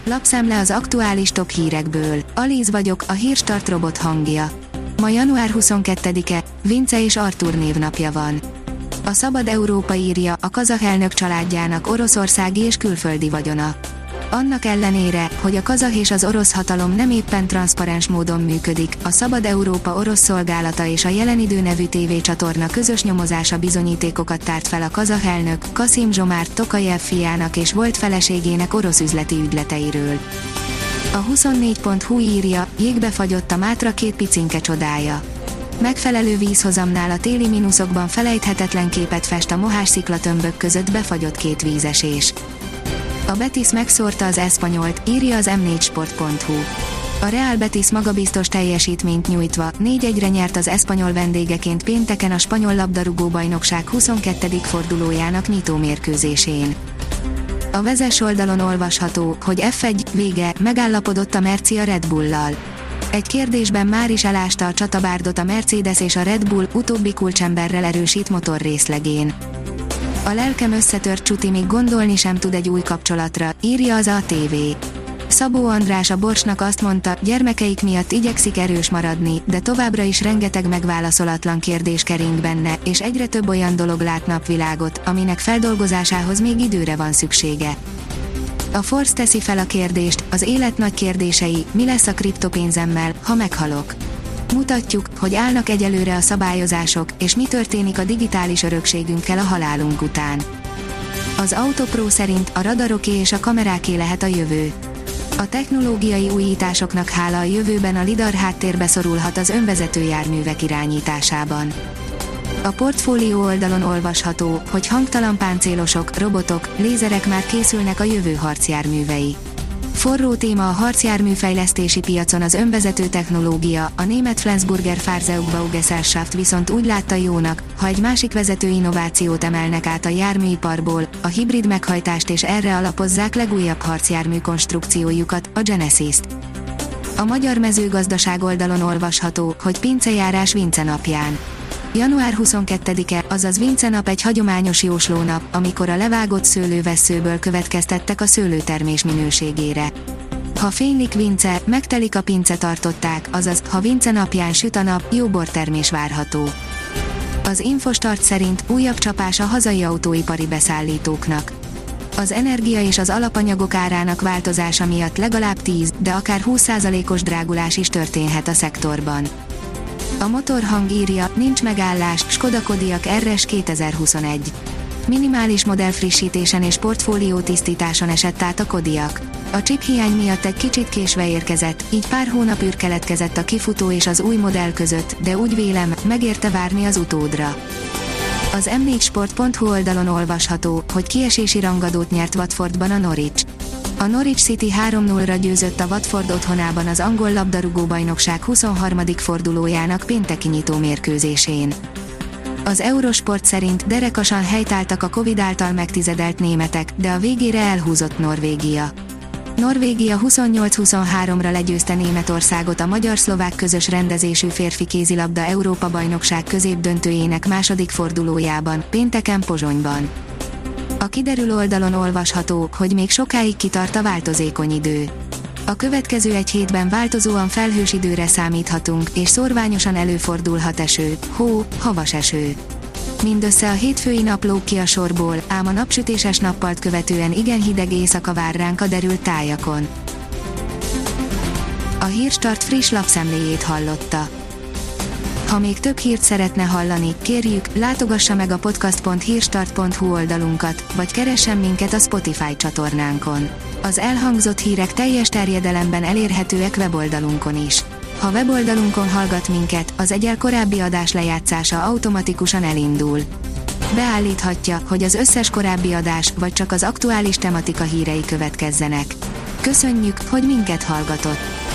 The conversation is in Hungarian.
Lapszemle az aktuális top hírekből. Alíz vagyok, a Hírstart robot hangja. Ma január 22-e, Vince és Artur névnapja van. A Szabad Európa írja, a kazah elnök családjának oroszországi és külföldi vagyona. Annak ellenére, hogy a kazah és az orosz hatalom nem éppen transzparens módon működik, a Szabad Európa orosz szolgálata és a Jelen Idő nevű tévécsatorna közös nyomozása bizonyítékokat tárt fel a kazah elnök, Kasszim-Zsomart Tokajev fiának és volt feleségének orosz üzleti ügyleteiről. A 24.hu írja, jégbe fagyott a Mátra két picinke csodája. Megfelelő vízhozamnál a téli mínuszokban felejthetetlen képet fest a mohás sziklatömbök között befagyott két vízesés. A Betis megszórta az Espanyolt, írja az m4sport.hu. A Real Betis magabiztos teljesítményt nyújtva 4-1-re nyert az Espanyol vendégeként pénteken a spanyol labdarúgó-bajnokság 22. fordulójának nyitó mérkőzésén. A Vezes oldalon olvasható, hogy F1 vége, megállapodott a Merci a Red Bull-lal. Egy kérdésben már is elásta a csatabárdot a Mercedes és a Red Bull, utóbbi kulcsemberrel erősít motorrészlegén. A lelkem összetört Csuti még gondolni sem tud egy új kapcsolatra, írja az ATV. Szabó András a Borsnak azt mondta, gyermekeik miatt igyekszik erős maradni, de továbbra is rengeteg megválaszolatlan kérdés kering benne, és egyre több olyan dolog lát napvilágot, aminek feldolgozásához még időre van szüksége. A Force teszi fel a kérdést, az élet nagy kérdései, mi lesz a kriptopénzemmel, ha meghalok. Mutatjuk, hogy állnak egyelőre a szabályozások, és mi történik a digitális örökségünkkel a halálunk után. Az Autopro szerint a radaroké és a kameráké lehet a jövő. A technológiai újításoknak hála a jövőben a lidar háttérbe szorulhat az önvezető járművek irányításában. A portfólió oldalon olvasható, hogy hangtalan páncélosok, robotok, lézerek már készülnek a jövő harcjárművei. Forró téma a harcjárműfejlesztési piacon az önvezető technológia, a német Flensburger Fahrzeugbaugesellschaft viszont úgy látta jónak, ha egy másik vezető innovációt emelnek át a járműiparból, a hibrid meghajtást és erre alapozzák legújabb harcjármű konstrukciójukat, a Genesis-t. A magyar mezőgazdaság oldalon olvasható, hogy pincejárás Vince napján. Január 22-e, azaz Vince nap egy hagyományos jóslónap, amikor a levágott szőlővesszőből következtettek a szőlőtermés minőségére. Ha fénylik Vince, megtelik a pince tartották, azaz, ha Vince napján süt a nap, jó bortermés várható. Az Infostart szerint újabb csapás a hazai autóipari beszállítóknak. Az energia és az alapanyagok árának változása miatt legalább 10, de akár 20%-os drágulás is történhet a szektorban. A Motorhang írja, nincs megállás, Skoda Kodiaq RS 2021. Minimális modellfrissítésen és portfólió tisztításon esett át a Kodiaq. A chip hiány miatt egy kicsit késve érkezett, így pár hónap űr keletkezett a kifutó és az új modell között, de úgy vélem, megérte várni az utódra. Az m4sport.hu oldalon olvasható, hogy kiesési rangadót nyert Watfordban a Norwich. A Norwich City 3-0-ra győzött a Watford otthonában az angol labdarúgó-bajnokság 23. fordulójának pénteki nyitó mérkőzésén. Az Eurosport szerint derekasan helytáltak a Covid által megtizedelt németek, de a végére elhúzott Norvégia. Norvégia 28-23-ra legyőzte Németországot a magyar-szlovák közös rendezésű férfi kézilabda Európa-bajnokság középdöntőjének második fordulójában, pénteken Pozsonyban. A kiderül oldalon olvasható, hogy még sokáig kitart a változékony idő. A következő egy hétben változóan felhős időre számíthatunk, és szórványosan előfordulhat eső, hó, havas eső. Mindössze a hétfői nap lóg ki a sorból, ám a napsütéses nappalt követően igen hideg éjszaka vár ránk a derült tájakon. A Hírstart friss lapszemléjét hallotta. Ha még több hírt szeretne hallani, kérjük, látogassa meg a podcast.hírstart.hu oldalunkat, vagy keressen minket a Spotify csatornánkon. Az elhangzott hírek teljes terjedelemben elérhetőek weboldalunkon is. Ha weboldalunkon hallgat minket, az egyel korábbi adás lejátszása automatikusan elindul. Beállíthatja, hogy az összes korábbi adás, vagy csak az aktuális tematika hírei következzenek. Köszönjük, hogy minket hallgatott!